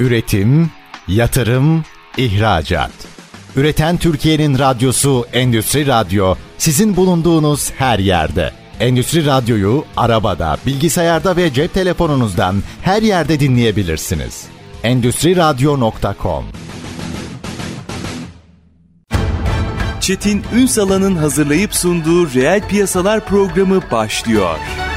Üretim, yatırım, ihracat. Üreten Türkiye'nin radyosu Endüstri Radyo, sizin bulunduğunuz her yerde. Endüstri Radyo'yu arabada, bilgisayarda ve cep telefonunuzdan her yerde dinleyebilirsiniz. Endüstriradyo.com. Çetin Ünsal'ın hazırlayıp sunduğu Reel Piyasalar programı başlıyor.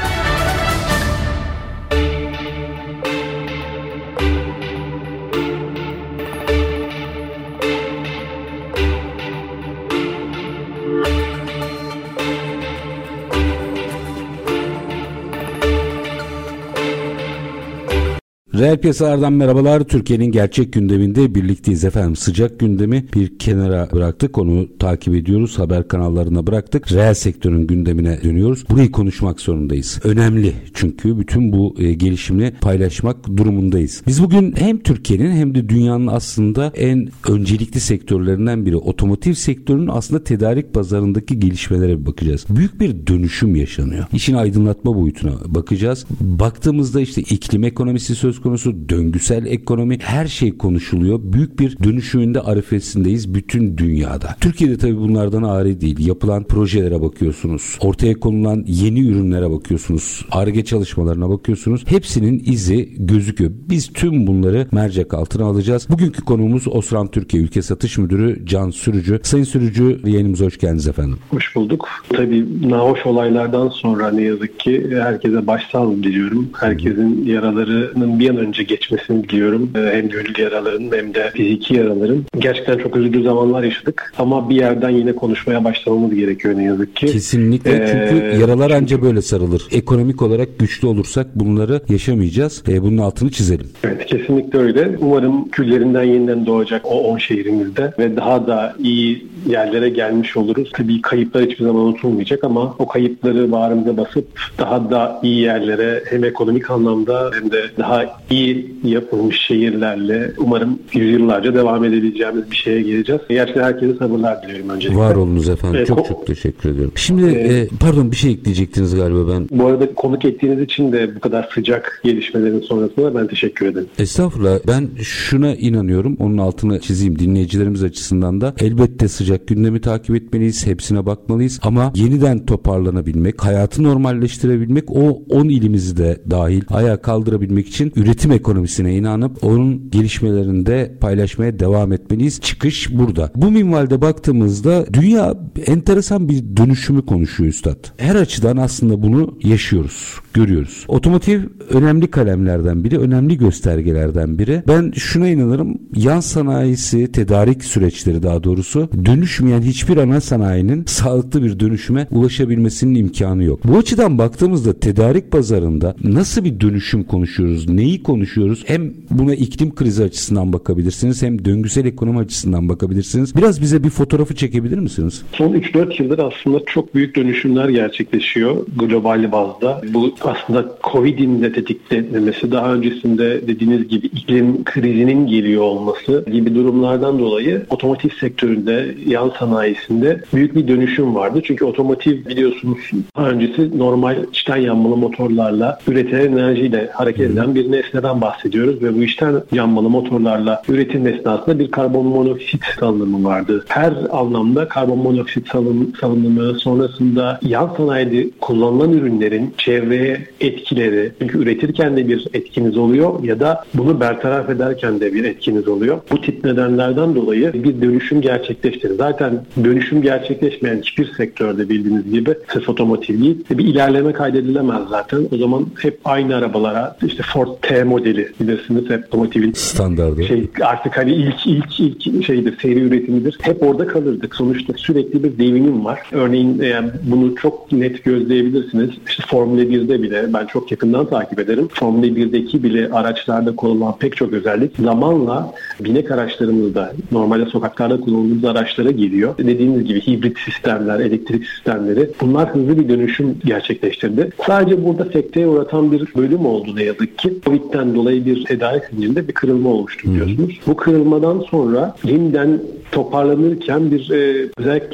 Reel piyasalardan merhabalar. Türkiye'nin gerçek gündeminde birlikteyiz efendim. Sıcak gündemi bir kenara bıraktık. Onu takip ediyoruz. Haber kanallarına bıraktık. Reel sektörün gündemine dönüyoruz. Burayı konuşmak zorundayız. Önemli çünkü bütün bu gelişimini paylaşmak durumundayız. Biz bugün hem Türkiye'nin hem de dünyanın aslında en öncelikli sektörlerinden biri otomotiv sektörünün aslında tedarik pazarındaki gelişmelere bir bakacağız. Büyük bir dönüşüm yaşanıyor. İşin aydınlatma boyutuna bakacağız. Baktığımızda işte iklim ekonomisi söz konusu, döngüsel ekonomi, her şey konuşuluyor. Büyük bir dönüşümünde arifesindeyiz bütün dünyada. Türkiye'de tabii bunlardan ari değil. Yapılan projelere bakıyorsunuz. Ortaya konulan yeni ürünlere bakıyorsunuz. Ar-Ge çalışmalarına bakıyorsunuz. Hepsinin izi gözüküyor. Biz tüm bunları mercek altına alacağız. Bugünkü konuğumuz Osram Türkiye Ülke Satış Müdürü Can Sürücü. Sayın Sürücü, yayınımıza hoş geldiniz efendim. Hoş bulduk. Tabii nahoş olaylardan sonra ne yazık ki herkese başsağlığı diliyorum. Herkesin yaralarının bir an önce geçmesini diliyorum. Hem gönül yaralarının hem de fiziki yaraların. Gerçekten çok üzücü zamanlar yaşadık. Ama bir yerden yine konuşmaya başlamamız gerekiyor ne yazık ki. Kesinlikle çünkü yaralar anca böyle sarılır. Ekonomik olarak güçlü olursak bunları yaşamayacağız. Bunun altını çizelim. Evet, kesinlikle öyle. Umarım küllerinden yeniden doğacak o 10 şehrimizde ve daha da iyi yerlere gelmiş oluruz. Tabii kayıplar hiçbir zaman unutulmayacak ama o kayıpları bağrımıza basıp daha da iyi yerlere hem ekonomik anlamda hem de daha iyi yapılmış şehirlerle umarım yüzyıllarca devam edebileceğimiz bir şeye geleceğiz. Gerçekten herkese sabırlar diliyorum öncelikle. Var olunuz efendim. Çok teşekkür ediyorum. Şimdi pardon, bir şey ekleyecektiniz galiba ben. Bu arada konuk ettiğiniz için de bu kadar sıcak gelişmelerin sonrasında ben teşekkür ederim. Estağfurullah. Ben şuna inanıyorum. Onun altını çizeyim dinleyicilerimiz açısından da. Elbette sıcak gündemi takip etmeliyiz. Hepsine bakmalıyız. Ama yeniden toparlanabilmek, hayatı normalleştirebilmek, o 10 ilimizi de dahil ayağa kaldırabilmek için üretim ekonomisine inanıp onun gelişmelerini de paylaşmaya devam etmeliyiz. Çıkış burada. Bu minvalde baktığımızda dünya enteresan bir dönüşümü konuşuyor üstad. Her açıdan aslında bunu yaşıyoruz, görüyoruz. Otomotiv önemli kalemlerden biri, önemli göstergelerden biri. Ben şuna inanırım, yan sanayisi, tedarik süreçleri daha doğrusu dönüşmeyen hiçbir ana sanayinin sağlıklı bir dönüşüme ulaşabilmesinin imkanı yok. Bu açıdan baktığımızda tedarik pazarında nasıl bir dönüşüm konuşuyoruz, neyi konuşuyoruz? Hem buna iklim krizi açısından bakabilirsiniz hem döngüsel ekonomi açısından bakabilirsiniz. Biraz bize bir fotoğrafı çekebilir misiniz? Son 3-4 yıldır aslında çok büyük dönüşümler gerçekleşiyor global bazda. Bu aslında Covid'in de tetiklemesi, daha öncesinde dediğiniz gibi iklim krizinin geliyor olması gibi durumlardan dolayı otomotiv sektöründe, yan sanayisinde büyük bir dönüşüm vardı. Çünkü otomotiv biliyorsunuz daha öncesi normal içten yanmalı motorlarla üretilen enerjiyle hareket eden bir nesneden bahsediyoruz ve bu içten yanmalı motorlarla üretim esnasında bir karbon monoksit salınımı vardı. Her anlamda karbon monoksit salınımı, sonrasında yan sanayide kullanılan ürünlerin çevreye etkileri, çünkü üretirken de bir etkiniz oluyor ya da bunu bertaraf ederken de bir etkiniz oluyor. Bu tip nedenlerden dolayı bir dönüşüm gerçekleşti. Zaten dönüşüm gerçekleşmeyen hiçbir sektörde bildiğiniz gibi sırf otomotiv değil, bir ilerleme kaydedilemez zaten. O zaman hep aynı arabalara, işte Ford T modeli bilirsiniz, hep otomotivin standardı. Artık hani ilk şeydir, seri üretimidir. Hep orada kalırdık. Sonuçta sürekli bir devinim var. Örneğin bunu çok net gözleyebilirsiniz. İşte Formula 1'de bile ben çok yakından takip ederim. Formula 1'deki bile araçlarda kullanılan pek çok özellik zamanla binek araçlarımızda, normalde sokaklarda kullandığımız araçlara geliyor. Dediğiniz gibi hibrit sistemler, elektrik sistemleri, bunlar hızlı bir dönüşüm gerçekleştirdi. Sadece burada sekteye uğratan bir bölüm oldu ne yazık ki. Covid'den dolayı bir tedarik zincirinde bir kırılma oluştu biliyorsunuz. Bu kırılmadan sonra yeniden toparlanırken bir özellikle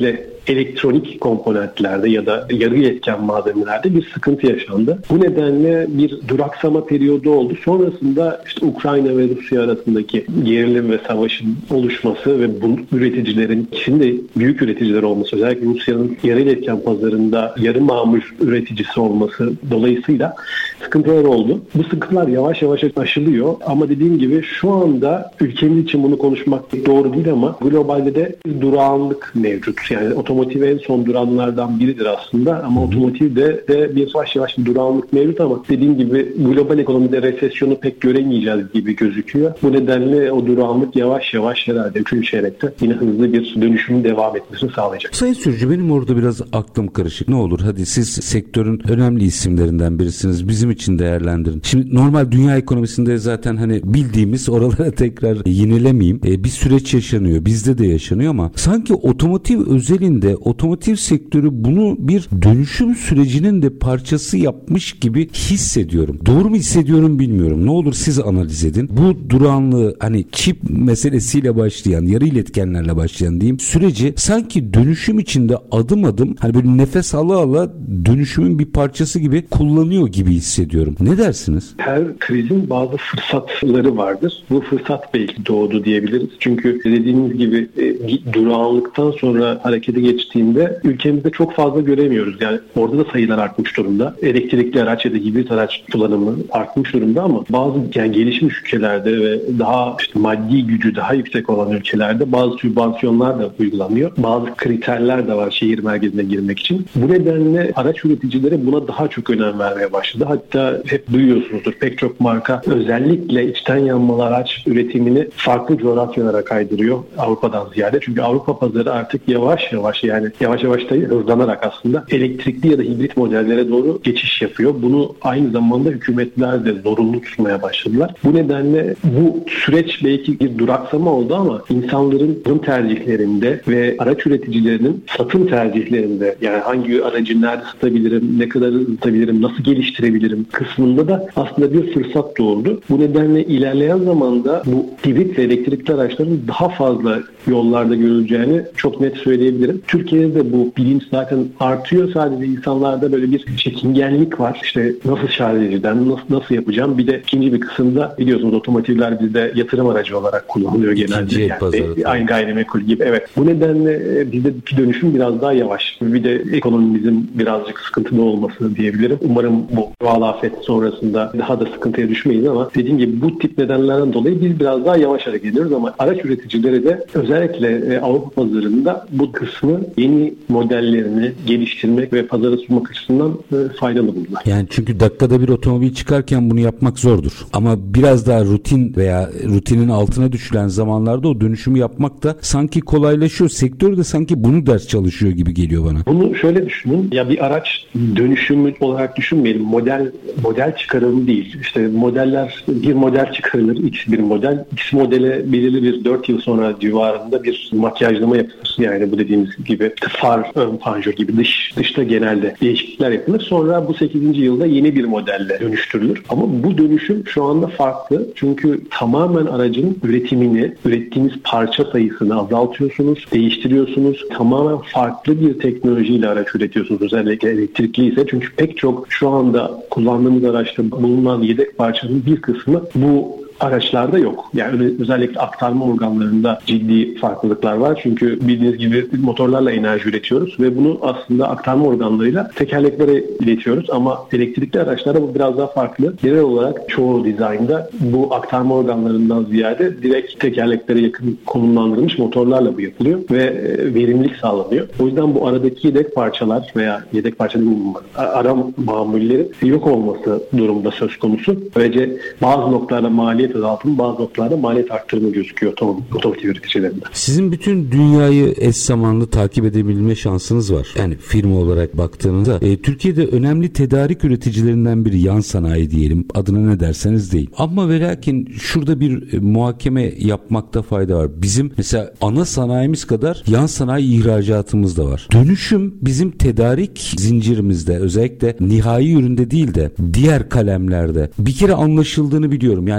elektronik komponentlerde ya da yarı iletken malzemelerde bir sıkıntı yaşandı. Bu nedenle bir duraksama periyodu oldu. Sonrasında işte Ukrayna ve Rusya arasındaki gerilim ve savaşın oluşması ve bu üreticilerin, şimdi büyük üreticiler olması, özellikle Rusya'nın yarı iletken pazarında yarı mamul üreticisi olması dolayısıyla sıkıntılar oldu. Bu sıkıntılar yavaş yavaş aşılıyor ama dediğim gibi şu anda ülkemiz için bunu konuşmak doğru değil ama globalde de bir durağanlık mevcut. Yani otomotiv en son duranlardan biridir aslında ama otomotivde de bir yavaş yavaş bir durağanlık mevcut ama dediğim gibi global ekonomide resesyonu pek göremeyeceğiz gibi gözüküyor. Bu nedenle o durağanlık yavaş yavaş herhalde 3. çeyrekte yine hızlı bir dönüşümün devam etmesini sağlayacak. Sayın Sürücü, benim orada biraz aklım karışık. Ne olur hadi siz sektörün önemli isimlerinden birisiniz. Bizim için değerlendirin. Şimdi normal dünya ekonomisinde zaten hani bildiğimiz, oralara tekrar yenilemeyeyim. Bir süreç yaşanıyor. Bizde de yaşanıyor ama sanki otomotiv özelinde otomotiv sektörü bunu bir dönüşüm sürecinin de parçası yapmış gibi hissediyorum. Doğru mu hissediyorum bilmiyorum. Ne olur siz analiz edin. Bu durağanlığı, hani çip meselesiyle başlayan, yarı iletkenlerle başlayan diyeyim süreci sanki dönüşüm içinde adım adım hani böyle nefes ala ala dönüşümün bir parçası gibi kullanıyor gibi hissediyorum. Ne dersiniz? Her krizin bazı fırsatları vardır. Bu fırsat belki doğdu diyebiliriz. Çünkü dediğimiz gibi durağanlıktan sonra harekete geçtiğinde ülkemizde çok fazla göremiyoruz. Yani orada da sayılar artmış durumda. Elektrikli araç ya da hibrit araç kullanımı artmış durumda ama bazı yani gelişmiş ülkelerde ve daha işte maddi gücü daha yüksek olan ülkelerde bazı sübvansiyonlar da uygulanıyor. Bazı kriterler de var şehir merkezine girmek için. Bu nedenle araç üreticileri buna daha çok önem vermeye başladı. Hatta hep duyuyorsunuzdur, pek çok marka özellikle içten yanmalı araç üretimini farklı coğrafyalara kaydırıyor Avrupa'dan ziyade. Çünkü Avrupa pazarı artık yavaş yavaş da hızlanarak aslında elektrikli ya da hibrit modellere doğru geçiş yapıyor. Bunu aynı zamanda hükümetler de zorunlu tutmaya başladılar. Bu nedenle bu süreç belki bir duraksama oldu ama insanların tercihlerinde ve araç üreticilerinin satım tercihlerinde, yani hangi aracı nerede satabilirim, ne kadar satabilirim, nasıl geliştirebilirim kısmında da aslında bir fırsat doğurdu. Bu nedenle ilerleyen zamanda bu hibrit ve elektrikli araçların daha fazla yollarda görüleceğini çok net söyleyebilirim. Türkiye'de bu bilinç zaten artıyor. Sadece insanlarda böyle bir çekingenlik var. İşte nasıl şarj edeceğim, nasıl yapacağım? Bir de ikinci bir kısımda biliyorsunuz otomotivler bizde yatırım aracı olarak kullanılıyor genelde. Yani aynı gayrimenkul gibi. Evet. Bu nedenle bizdeki dönüşüm biraz daha yavaş. Bir de ekonomimizin birazcık sıkıntılı olması diyebilirim. Umarım bu doğal afet sonrasında daha da sıkıntıya düşmeyiz ama dediğim gibi bu tip nedenlerden dolayı biz biraz daha yavaş hareket ediyoruz ama araç üreticileri de özellikle Avrupa pazarında bu kısmı yeni modellerini geliştirmek ve pazara sunmak açısından faydalı buldular. Yani çünkü dakikada bir otomobil çıkarken bunu yapmak zordur. Ama biraz daha rutin veya rutinin altına düşülen zamanlarda o dönüşümü yapmak da sanki kolaylaşıyor. Sektör de sanki bunu ders çalışıyor gibi geliyor bana. Bunu şöyle düşünün. Ya bir araç dönüşümü olarak düşünmeyelim. Model çıkarımı değil. İşte modeller, bir model çıkarılır. X bir model. X modele belirli bir 4 yıl sonra civarında bir makyajlama yapılır. Yani bu dediğimiz gibi far, ön panjur gibi dışta genelde değişiklikler yapılır. Sonra bu 8. yılda yeni bir modelle dönüştürülür. Ama bu dönüşüm şu anda farklı. Çünkü tamamen aracın üretimini, ürettiğiniz parça sayısını azaltıyorsunuz, değiştiriyorsunuz. Tamamen farklı bir teknolojiyle araç üretiyorsunuz. Özellikle elektrikli ise. Çünkü pek çok şu anda kullandığımız araçta bulunan yedek parçanın bir kısmı bu araçlarda yok. Yani özellikle aktarma organlarında ciddi farklılıklar var. Çünkü bildiğiniz gibi motorlarla enerji üretiyoruz ve bunu aslında aktarma organlarıyla tekerleklere iletiyoruz. Ama elektrikli araçlarda bu biraz daha farklı. Genel olarak çoğu dizaynda bu aktarma organlarından ziyade direkt tekerleklere yakın konumlandırılmış motorlarla bu yapılıyor ve verimlilik sağlanıyor. O yüzden bu aradaki yedek parçalar veya yedek parça değil mi? Ara mamullerin yok olması durumda söz konusu. Böylece bazı noktalarda maliyet azaltımı, bazı noktalarda maliyet arttırımı gözüküyor otomotiv üreticilerinde. Sizin bütün dünyayı eş zamanlı takip edebilme şansınız var. Yani firma olarak baktığınızda Türkiye'de önemli tedarik üreticilerinden biri, yan sanayi diyelim. Adına ne derseniz deyin. Ama ve lakin şurada bir muhakeme yapmakta fayda var. Bizim mesela ana sanayimiz kadar yan sanayi ihracatımız da var. Dönüşüm bizim tedarik zincirimizde, özellikle nihai üründe değil de diğer kalemlerde bir kere anlaşıldığını biliyorum. Yani birçok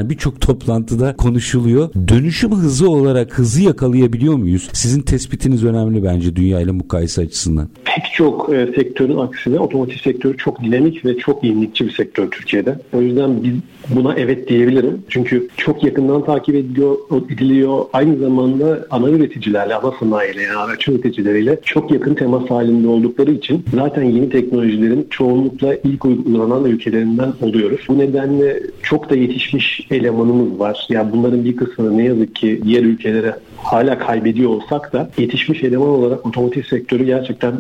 toplantıda konuşuluyor. Dönüşüm hızı olarak hızı yakalayabiliyor muyuz? Sizin tespitiniz önemli bence dünya ile mukayese açısından. Pek çok sektörün aksine otomotiv sektörü çok dinamik ve çok yenilikçi bir sektör Türkiye'de. O yüzden biz buna evet diyebilirim. Çünkü çok yakından takip ediliyor. Aynı zamanda ana üreticilerle, ana sanayiyle yani araç üreticileriyle çok yakın temas halinde oldukları için zaten yeni teknolojilerin çoğunlukla ilk uygulanan ülkelerinden oluyoruz. Bu nedenle çok da yetişmiş elemanımız var. Yani bunların bir kısmını ne yazık ki diğer ülkelere hala kaybediyor olsak da yetişmiş eleman olarak otomotiv sektörü gerçekten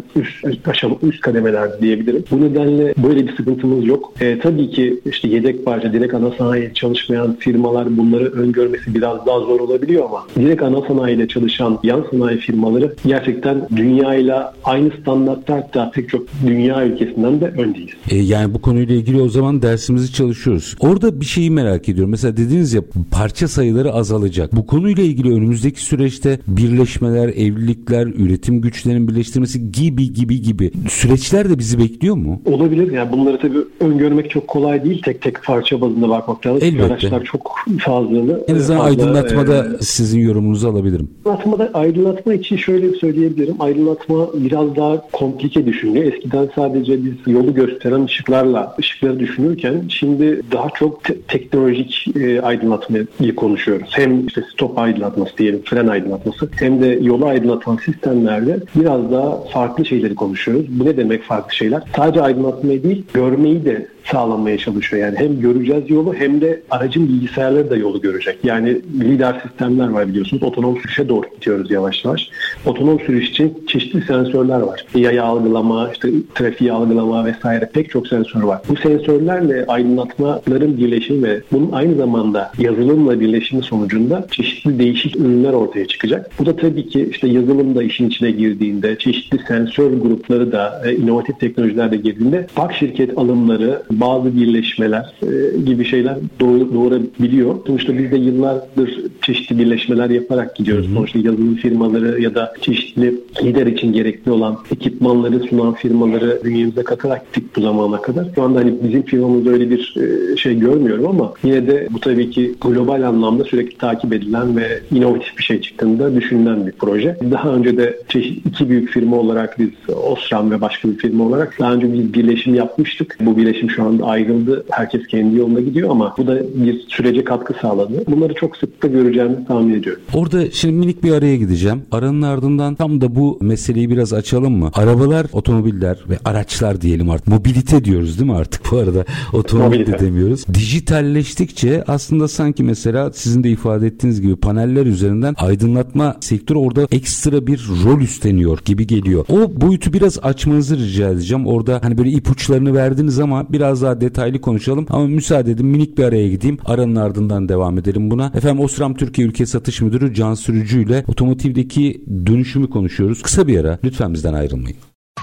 üst kademeler diyebilirim. Bu nedenle böyle bir sıkıntımız yok. Tabii ki işte yedek parça, direkt ana sanayi çalışmayan firmalar bunları öngörmesi biraz daha zor olabiliyor ama direkt ana sanayide çalışan yan sanayi firmaları gerçekten dünyayla aynı standartta, hatta pek çok dünya ülkesinden de öndeyiz. Yani bu konuyla ilgili o zaman dersimizi çalışıyoruz. Orada bir şeyi merak ediyorum. Mesela dediniz ya parça sayıları azalacak. Bu konuyla ilgili önümüzdeki süreçte birleşmeler, evlilikler, üretim güçlerinin birleştirmesi gibi süreçler de bizi bekliyor mu? Olabilir. Yani bunları tabii öngörmek çok kolay değil. Tek tek parça bazında bakmak lazım. Elbette. Araçlar çok fazlalı. En azından aydınlatmada sizin yorumunuzu alabilirim. Aydınlatma için şöyle söyleyebilirim. Aydınlatma biraz daha komplike düşünülüyor. Eskiden sadece biz yolu gösteren ışıkları düşünürken şimdi daha çok teknolojik aydınlatmayı konuşuyoruz. Hem işte stop aydınlatması diyelim, fren aydınlatması, hem de yolu aydınlatan sistemlerde biraz daha farklı şeyleri konuşuyoruz. Bu ne demek farklı şeyler? Sadece aydınlatmayı değil, görmeyi de sağlanmaya çalışıyor. Yani hem göreceğiz yolu hem de aracın bilgisayarları da yolu görecek. Yani lidar sistemler var biliyorsunuz. Otonom sürüşe doğru gidiyoruz yavaş yavaş. Otonom sürüş için çeşitli sensörler var. Yaya algılama, işte trafiği algılama vesaire pek çok sensör var. Bu sensörlerle aydınlatmaların birleşimi ve bunun aynı zamanda yazılımla birleşimi sonucunda çeşitli değişik ürünler ortaya çıkacak. Bu da tabii ki işte yazılım da işin içine girdiğinde, çeşitli sensör grupları da inovatif teknolojiler de girdiğinde farklı şirket alımları, bazı birleşmeler gibi şeyler doğurabiliyor. Sonuçta biz de yıllardır çeşitli birleşmeler yaparak gidiyoruz. Sonuçta yazılım firmaları ya da çeşitli lider için gerekli olan ekipmanları sunan firmaları bünyemize katarak gittik bu zamana kadar. Şu anda hani bizim firmamızda öyle bir şey görmüyorum ama yine de bu tabii ki global anlamda sürekli takip edilen ve inovatif bir şey çıktığında düşünülen bir proje. Daha önce de iki büyük firma olarak biz Osram ve başka bir firma olarak daha önce bir birleşim yapmıştık. Bu birleşim şu anda ayrıldı. Herkes kendi yoluna gidiyor ama bu da bir sürece katkı sağladı. Bunları çok sık da göreceğimizi tahmin ediyorum. Orada şimdi minik bir araya gideceğim. Aranın ardından tam da bu meseleyi biraz açalım mı? Arabalar, otomobiller ve araçlar diyelim artık. Mobilite diyoruz değil mi artık bu arada? Otomobil de demiyoruz. Dijitalleştikçe aslında sanki mesela sizin de ifade ettiğiniz gibi paneller üzerinden aydınlatma sektörü orada ekstra bir rol üstleniyor gibi geliyor. O boyutu biraz açmanızı rica edeceğim. Orada hani böyle ipuçlarını verdiniz ama biraz daha detaylı konuşalım. Ama müsaade edin minik bir araya gideyim. Aranın ardından devam edelim buna. Efendim Osram Türkiye Ülke Satış Müdürü Can Sürücü ile otomotivdeki dönüşümü konuşuyoruz. Kısa bir ara. Lütfen bizden ayrılmayın.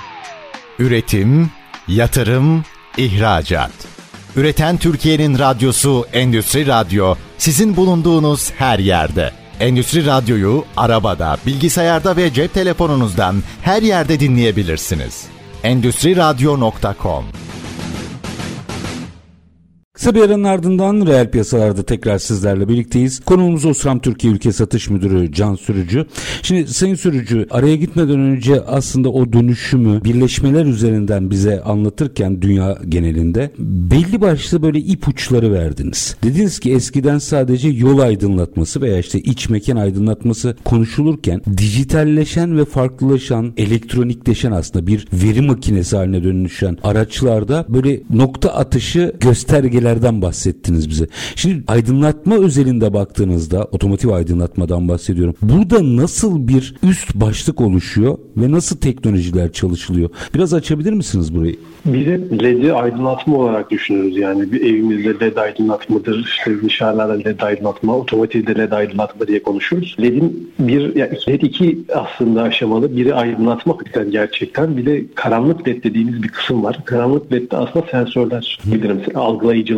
Üretim, yatırım, ihracat. Üreten Türkiye'nin radyosu Endüstri Radyo sizin bulunduğunuz her yerde. Endüstri Radyo'yu arabada, bilgisayarda ve cep telefonunuzdan her yerde dinleyebilirsiniz. Endüstriradyo.com. Kısa bir aranın ardından reel piyasalarda tekrar sizlerle birlikteyiz. Konuğumuz Osram Türkiye Ülke Satış Müdürü Can Sürücü. Şimdi Sayın Sürücü, araya gitmeden önce aslında o dönüşümü birleşmeler üzerinden bize anlatırken dünya genelinde belli başlı böyle ipuçları verdiniz. Dediniz ki eskiden sadece yol aydınlatması veya işte iç mekan aydınlatması konuşulurken dijitalleşen ve farklılaşan, elektronikleşen aslında bir veri makinesi haline dönüşen araçlarda böyle nokta atışı göstergeler bahsettiniz bize. Şimdi aydınlatma özelinde baktığınızda, otomotiv aydınlatmadan bahsediyorum. Burada nasıl bir üst başlık oluşuyor ve nasıl teknolojiler çalışılıyor? Biraz açabilir misiniz burayı? Biz hep LED'i aydınlatma olarak düşünüyoruz. Yani bir evimizde LED aydınlatmadır, işte dışarılarda LED aydınlatma, otomotivde LED aydınlatma diye konuşuyoruz. LED'in LED iki aslında aşamalı. Biri aydınlatma gerçekten. Bir de karanlık LED dediğimiz bir kısım var. Karanlık LED'de aslında sensörler, algılayıcılar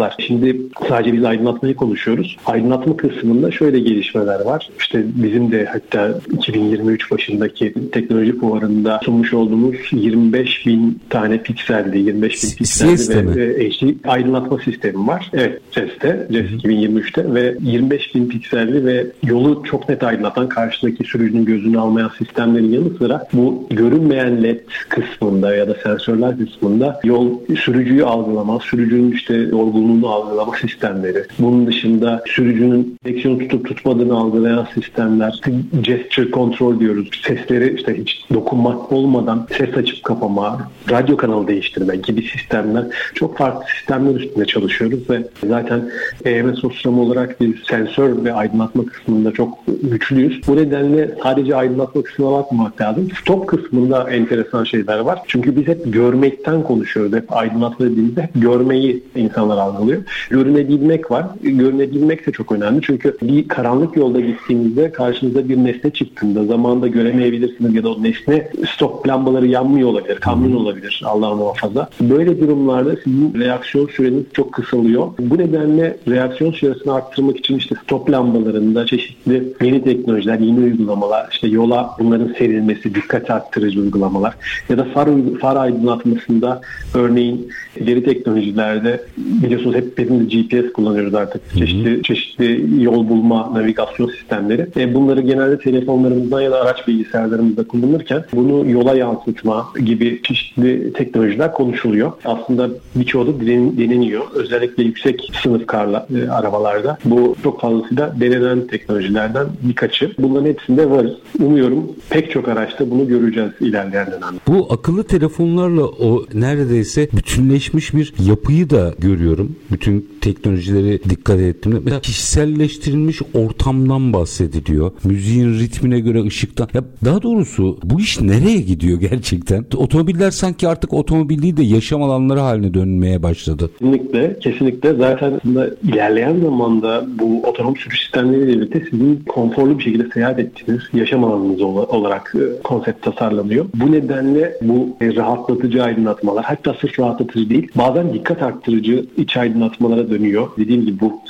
teknolojiler. Şimdi sadece biz aydınlatmayı konuşuyoruz. Aydınlatma kısmında şöyle gelişmeler var. İşte bizim de hatta 2023 başındaki teknoloji fuarında sunmuş olduğumuz 25.000 tane pikselli, 25.000 pikselli ve HD aydınlatma sistemi var. Evet, CES 2023'te ve 25.000 pikselli ve yolu çok net aydınlatan, karşıdaki sürücünün gözünü almayan sistemlerin yanı sıra bu görünmeyen LED kısmında ya da sensörler kısmında sürücüyü algılama, sürücünün işte yorgunluğunu algılama sistemleri. Bunun dışında sürücünün direksiyonu tutup tutmadığını algılayan sistemler, gesture control diyoruz. Sesleri işte hiç dokunmak olmadan ses açıp kapama, radyo kanalı değiştirme gibi sistemler. Çok farklı sistemler üstünde çalışıyoruz ve zaten EMS Osram olarak biz sensör ve aydınlatma kısmında çok güçlüyüz. Bu nedenle sadece aydınlatma kısmına bakmamak lazım. Stop kısmında enteresan şeyler var. Çünkü biz hep görmekten konuşuyoruz. Hep aydınlatma dediğimizde hep görmeyi insanlar algılıyor. Görünebilmek var. Görünebilmek de çok önemli. Çünkü bir karanlık yolda gittiğinizde karşınıza bir nesne çıktığında zamanında göremeyebilirsiniz ya da o nesne stop lambaları yanmıyor olabilir, kamyon olabilir. Allah muhafaza. Böyle durumlarda sizin reaksiyon süreniz çok kısalıyor. Bu nedenle reaksiyon süresini arttırmak için işte stop lambalarında çeşitli yeni teknolojiler, yeni uygulamalar, işte yola bunların serilmesi, dikkat arttırıcı uygulamalar ya da far aydınlatmasında örneğin ileri teknolojilerde biliyorsunuz hep bizim GPS kullanıyoruz artık. Çeşitli yol bulma, navigasyon sistemleri. Bunları genelde telefonlarımızdan ya da araç bilgisayarlarımızda kullanırken bunu yola yansıtma gibi çeşitli teknolojiler konuşuluyor. Aslında birçoğu da deneniyor. Özellikle yüksek sınıf arabalarda. Bu çok fazlasıyla denenen teknolojilerden birkaçı. Bunların hepsinde varız. Umuyorum pek çok araçta bunu göreceğiz ilerleyen dönemde. Bu akıllı telefonlarla o neredeyse bütünleşmiş bir yapıyı da görüyorum. Bütün teknolojileri dikkat ettim. Mesela kişiselleştirilmiş ortamdan bahsediliyor. Müziğin ritmine göre ışıktan. Ya daha doğrusu bu iş nereye gidiyor gerçekten? Otomobiller sanki artık otomobil değil de yaşam alanları haline dönmeye başladı. Kesinlikle. Zaten ilerleyen zamanda bu otonom sürüş sistemleriyle birlikte sizin konforlu bir şekilde seyahat ettiğiniz yaşam alanınız olarak konsept tasarlanıyor. Bu nedenle bu rahatlatıcı aydınlatmalar, hatta sırf rahatlatıcı değil, bazen dikkat arttırıcı iç aydınlatmalara dönüyor. Dediğim gibi bu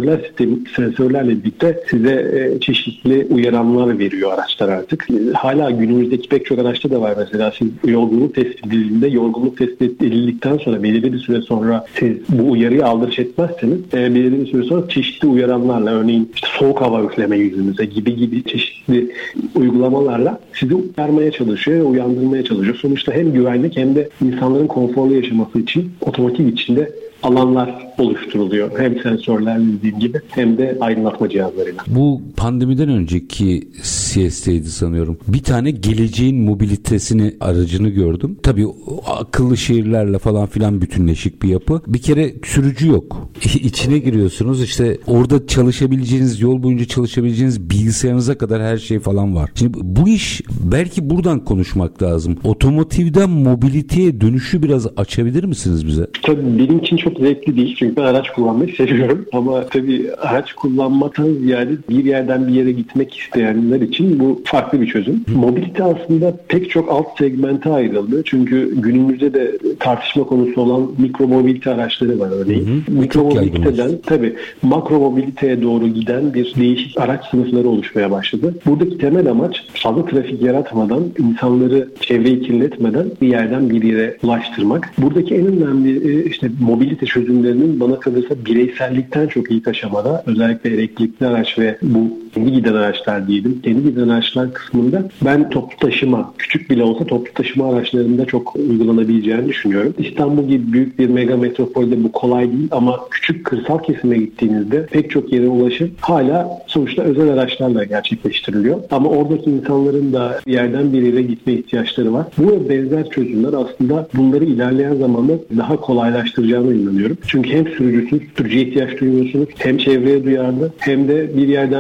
sensörlerle birlikte size çeşitli uyaranlar veriyor araçlar artık. Hala günümüzdeki pek çok araçta da var mesela. Siz yorgunluk tespit edildiğinde, yorgunluk tespit edildikten sonra belirli bir süre sonra siz bu uyarıyı aldırış etmezseniz belirli bir süre sonra çeşitli uyaranlarla, örneğin işte soğuk hava üfleme yüzünüze gibi çeşitli uygulamalarla sizi uyarmaya çalışıyor, uyandırmaya çalışıyor. Sonuçta hem güvenlik hem de insanların konforlu yaşaması için otomotiv içinde alanlar oluşturuluyor. Hem sensörlerle dediğim gibi hem de aydınlatma cihazlarıyla. Bu pandemiden önceki CES'teydi sanıyorum. Bir tane geleceğin mobilitesini aracını gördüm. Tabii akıllı şehirlerle falan filan bütünleşik bir yapı. Bir kere sürücü yok. İçine giriyorsunuz. İşte orada çalışabileceğiniz, yol boyunca çalışabileceğiniz bilgisayarınıza kadar her şey falan var. Şimdi bu iş belki buradan konuşmak lazım. Otomotivden mobiliteye dönüşü biraz açabilir misiniz bize? Tabii benim için çok zevkli değil. Çünkü ben araç kullanmayı seviyorum. Ama tabii araç kullanmaktan ziyade bir yerden bir yere gitmek isteyenler için bu farklı bir çözüm. Mobilite aslında pek çok alt segmente ayrıldı. Çünkü günümüzde de tartışma konusu olan mikro mobilite araçları var örneğin. Mikro mobiliteden tabii makro mobiliteye doğru giden bir değişik araç sınıfları oluşmaya başladı. Buradaki temel amaç fazla trafik yaratmadan, insanları çevreyi kirletmeden bir yerden bir yere ulaştırmak. Buradaki en önemli işte mobilite çözümlerinin bana kalırsa bireysellikten çok ilk aşamada, özellikle elektrikli araç ve bu kendi giden araçlar diyelim. Kendi giden araçlar kısmında ben toplu taşıma, küçük bile olsa toplu taşıma araçlarında çok uygulanabileceğini düşünüyorum. İstanbul gibi büyük bir mega metropolde bu kolay değil ama küçük kırsal kesime gittiğinizde pek çok yere ulaşım hala sonuçta özel araçlarla gerçekleştiriliyor. Ama oradaki insanların da bir yerden bir yere gitme ihtiyaçları var. Bu benzer çözümler aslında bunları ilerleyen zamanda daha kolaylaştıracağını inanıyorum. Çünkü hem sürücüye ihtiyaç duymuyorsunuz, hem çevreye duyarlı, hem de bir yerden bir yere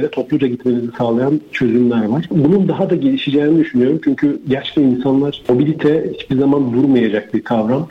yere topluca gitmenizi sağlayan çözümler var. Bunun daha da gelişeceğini düşünüyorum. Çünkü gerçekten insanlar, mobilite hiçbir zaman durmayacak bir kavram.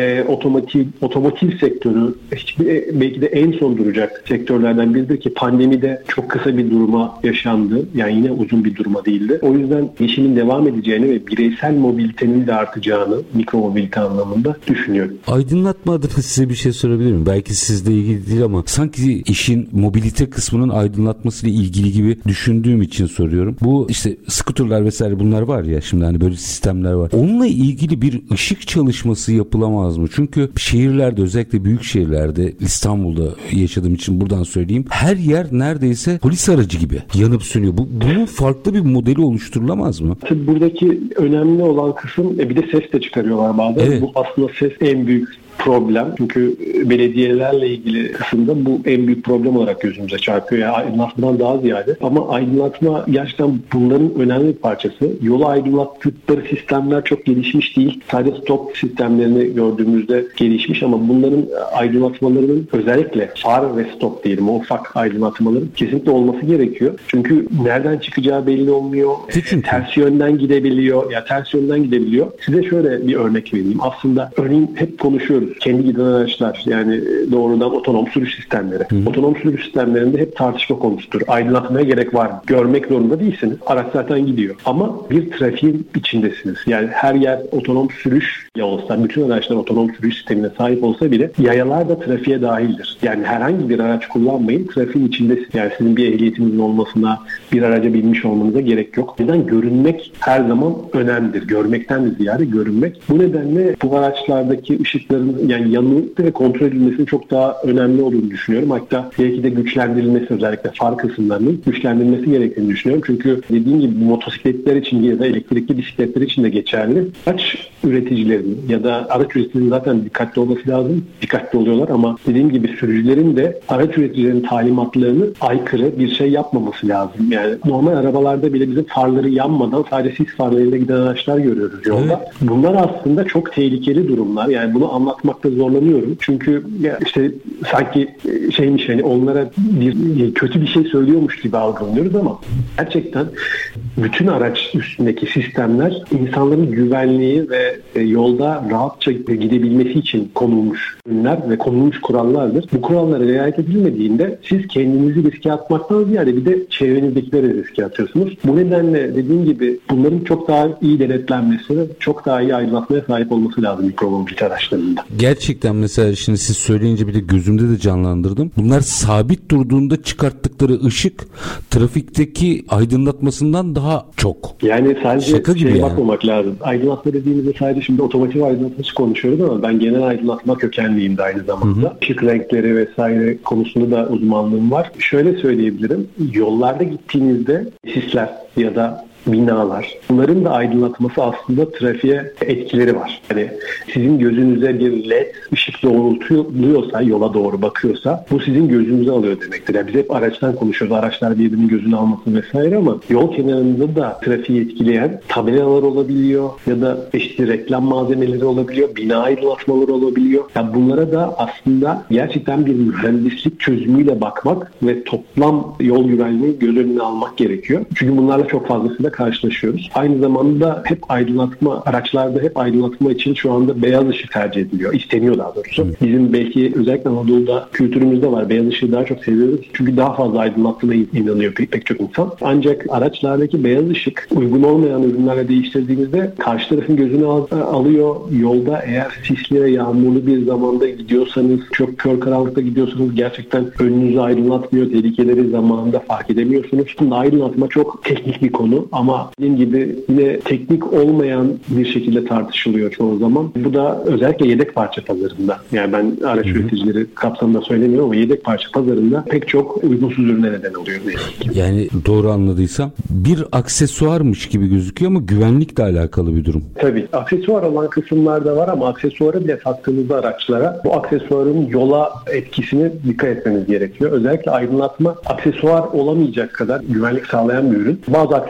Otomotiv sektörü belki de en son duracak sektörlerden biridir ki pandemide çok kısa bir duruma yaşandı. Yani yine uzun bir duruma değildi. O yüzden işinin devam edeceğini ve bireysel mobilitenin de artacağını mikro mobilite anlamında düşünüyorum. Aydınlatma adına size bir şey sorabilir miyim? Belki sizle ilgili değil ama sanki işin mobilite kısmının aydınlatmasıyla ilgili gibi düşündüğüm için soruyorum. Bu işte scooterlar vesaire bunlar var ya, şimdi hani böyle sistemler var. Onunla ilgili bir ışık çalışması yapılamaz mı? Çünkü şehirlerde, özellikle büyük şehirlerde, İstanbul'da yaşadığım için buradan söyleyeyim, her yer neredeyse polis aracı gibi yanıp sönüyor. Bunun farklı bir modeli oluşturulamaz mı? Tabii buradaki önemli olan kısım bir de ses de çıkarıyorlar bazen. Evet. Bu aslında ses en büyük problem. Çünkü belediyelerle ilgili kısımda bu en büyük problem olarak gözümüze çarpıyor. Yani aydınlatmadan daha ziyade. Ama aydınlatma gerçekten bunların önemli bir parçası. Yolu aydınlattıkları sistemler çok gelişmiş değil. Sadece stop sistemlerini gördüğümüzde gelişmiş ama bunların aydınlatmalarının, özellikle far ve stop diyelim, o ufak aydınlatmaların kesinlikle olması gerekiyor. Çünkü nereden çıkacağı belli olmuyor. Ters yönden gidebiliyor. Size şöyle bir örnek vereyim. Aslında örneğin hep konuşuyoruz. Kendi giden araçlar, yani doğrudan otonom sürüş sistemleri. Otonom sürüş sistemlerinde hep tartışma konusudur. Aydınlatmaya gerek var mı? Görmek zorunda değilsiniz. Araç zaten gidiyor. Ama bir trafiğin içindesiniz. Yani her yer otonom sürüş ya olsa, bütün araçlar otonom sürüş sistemine sahip olsa bile yayalar da trafiğe dahildir. Yani herhangi bir araç kullanmayın, trafiğin içindesiniz. Yani sizin bir ehliyetinizin olmasına, bir araca binmiş olmanıza gerek yok. Neden? Görünmek her zaman önemlidir. Görmekten de ziyade görünmek. Bu nedenle bu araçlardaki ışıkların yani yanılgı ve kontrol edilmesinin çok daha önemli olduğunu düşünüyorum. Hatta belki de güçlendirilmesi, özellikle far kısımlarının güçlendirilmesi gerektiğini düşünüyorum. Çünkü dediğim gibi motosikletler için ya da elektrikli bisikletler için de geçerli. Araç üreticilerinin ya da araç üreticilerinin zaten dikkatli olması lazım. Dikkatli oluyorlar ama dediğim gibi sürücülerin de araç üreticilerinin talimatlarını aykırı bir şey yapmaması lazım. Yani normal arabalarda bile bizim farları yanmadan sadece sis farlarıyla giden araçlar görüyoruz yolda. Evet. Bunlar aslında çok tehlikeli durumlar. Yani bunu anlatmakta zorlanıyorum. Çünkü işte sanki şeymiş, hani onlara kötü bir şey söylüyormuş gibi algılanıyoruz ama gerçekten bütün araç üstündeki sistemler insanların güvenliği ve yolda rahatça gidebilmesi için konulmuş ürünler ve konulmuş kurallardır. Bu kurallara riayet edilmediğinde siz kendinizi riske atmaktan ziyade bir de çevrenizdekileri riske atıyorsunuz. Bu nedenle dediğim gibi bunların çok daha iyi denetlenmesi, çok daha iyi aydınlatmaya sahip olması lazım mikromobilite araçlarında. Gerçekten mesela şimdi siz söyleyince bir de gözümde de canlandırdım. Bunlar sabit durduğunda çıkarttıkları ışık trafikteki aydınlatmasından daha çok. Yani sadece bakmamak lazım. Aydınlatma dediğimizde sadece şimdi otomotiv aydınlatması konuşuyoruz ama ben genel aydınlatma kökenliyim de aynı zamanda. Işık renkleri vesaire konusunda da uzmanlığım var. Şöyle söyleyebilirim. Yollarda gittiğinizde sisler ya da binalar, bunların da aydınlatması aslında trafiğe etkileri var. Yani sizin gözünüze bir led ışık doğrultuluyorsa, yola doğru bakıyorsa bu sizin gözünüze alıyor demektir. Yani biz hep araçtan konuşuyoruz. Araçlar birbirinin gözünü alması vesaire ama yol kenarında da trafiği etkileyen tabelalar olabiliyor ya da işte reklam malzemeleri olabiliyor, bina aydınlatmaları olabiliyor. Yani bunlara da aslında gerçekten bir mühendislik çözümüyle bakmak ve toplam yol güvenliğini göz önüne almak gerekiyor. Çünkü bunlarla çok fazlasıyla karşılaşıyoruz. Aynı zamanda hep aydınlatma, araçlarda hep aydınlatma için şu anda beyaz ışık tercih ediliyor. İsteniyor daha doğrusu. Bizim belki özellikle Anadolu'da kültürümüzde var. Beyaz ışığı daha çok seviyoruz. Çünkü daha fazla aydınlattığına inanıyor pek çok insan. Ancak araçlardaki beyaz ışık uygun olmayan ürünlerle değiştirdiğimizde karşı tarafın gözünü alıyor. Yolda eğer sisli ve yağmurlu bir zamanda gidiyorsanız, çok kör karanlıkta gidiyorsanız gerçekten önünüzü aydınlatmıyor. Tehlikeleri zamanında fark edemiyorsunuz. Bunda aydınlatma çok teknik bir konu ama dediğim gibi yine teknik olmayan bir şekilde tartışılıyor çoğu zaman. Bu da özellikle yedek parça pazarında. Yani ben araç üreticileri kapsamında söylemiyorum ama yedek parça pazarında pek çok uygunsuz ürüne neden oluyor. Yani doğru anladıysam bir aksesuarmış gibi gözüküyor ama güvenlikle alakalı bir durum. Tabii. Aksesuar olan kısımlar da var ama aksesuarı bile sattığınızda araçlara bu aksesuarın yola etkisine dikkat etmeniz gerekiyor. Özellikle aydınlatma aksesuar olamayacak kadar güvenlik sağlayan bir ürün. Bazı aksesuarlar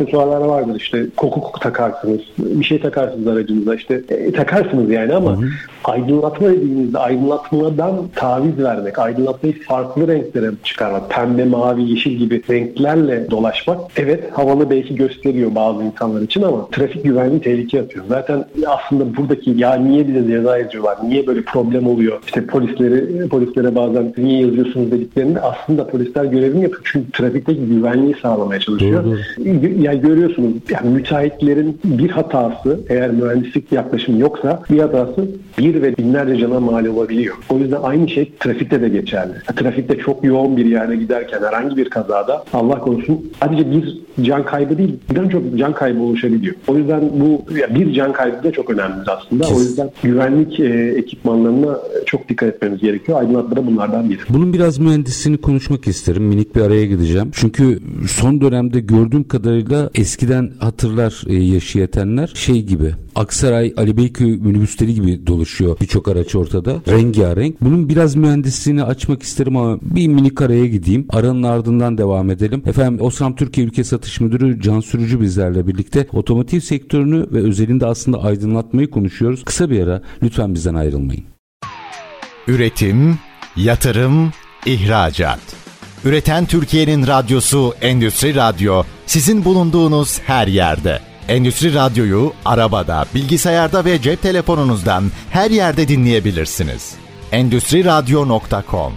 vardır. İşte koku takarsınız, bir şey takarsınız aracınıza, işte takarsınız yani ama aydınlatma dediğinizde aydınlatmadan taviz vermek, aydınlatmayı farklı renklere çıkarmak, pembe, mavi, yeşil gibi renklerle dolaşmak evet havalı belki gösteriyor bazı insanlar için ama trafik güvenliği tehlikeye atıyor. Zaten aslında buradaki ya niye bize ceza yazıyorlar, niye böyle problem oluyor, işte polislere bazen niye yazıyorsunuz dediklerinde aslında polisler görevini yapıyor. Çünkü trafikteki güvenliği sağlamaya çalışıyor. Yani görüyorsunuz yani müteahhitlerin bir hatası eğer mühendislik yaklaşım yoksa bir hatası bir ve binlerce cana mal olabiliyor. O yüzden aynı şey trafikte de geçerli. Trafikte çok yoğun bir yerde giderken herhangi bir kazada Allah korusun sadece bir can kaybı değil birden çok can kaybı oluşabiliyor. O yüzden bu bir can kaybı da çok önemli aslında. O yüzden güvenlik ekipmanlarına çok dikkat etmemiz gerekiyor. Aydınlatma da bunlardan biri. Bunun biraz mühendisliğini konuşmak isterim. Minik bir araya gideceğim. Çünkü son dönemde gördüğüm kadarıyla eskiden hatırlar yaşı yetenler şey gibi Aksaray, Ali Beyköy minibüsleri gibi dolaşıyor birçok araç ortada. Rengarenk. Bunun biraz mühendisliğini açmak isterim ama bir minik araya gideyim. Aranın ardından devam edelim. Efendim Osram Türkiye Ülke Satış Müdürü Can Sürücü bizlerle birlikte otomotiv sektörünü ve özelinde aslında aydınlatmayı konuşuyoruz. Kısa bir ara lütfen bizden ayrılmayın. Üretim, yatırım, ihracat. Üreten Türkiye'nin radyosu Endüstri Radyo sizin bulunduğunuz her yerde. Endüstri Radyo'yu arabada, bilgisayarda ve cep telefonunuzdan her yerde dinleyebilirsiniz. Endüstriradyo.com.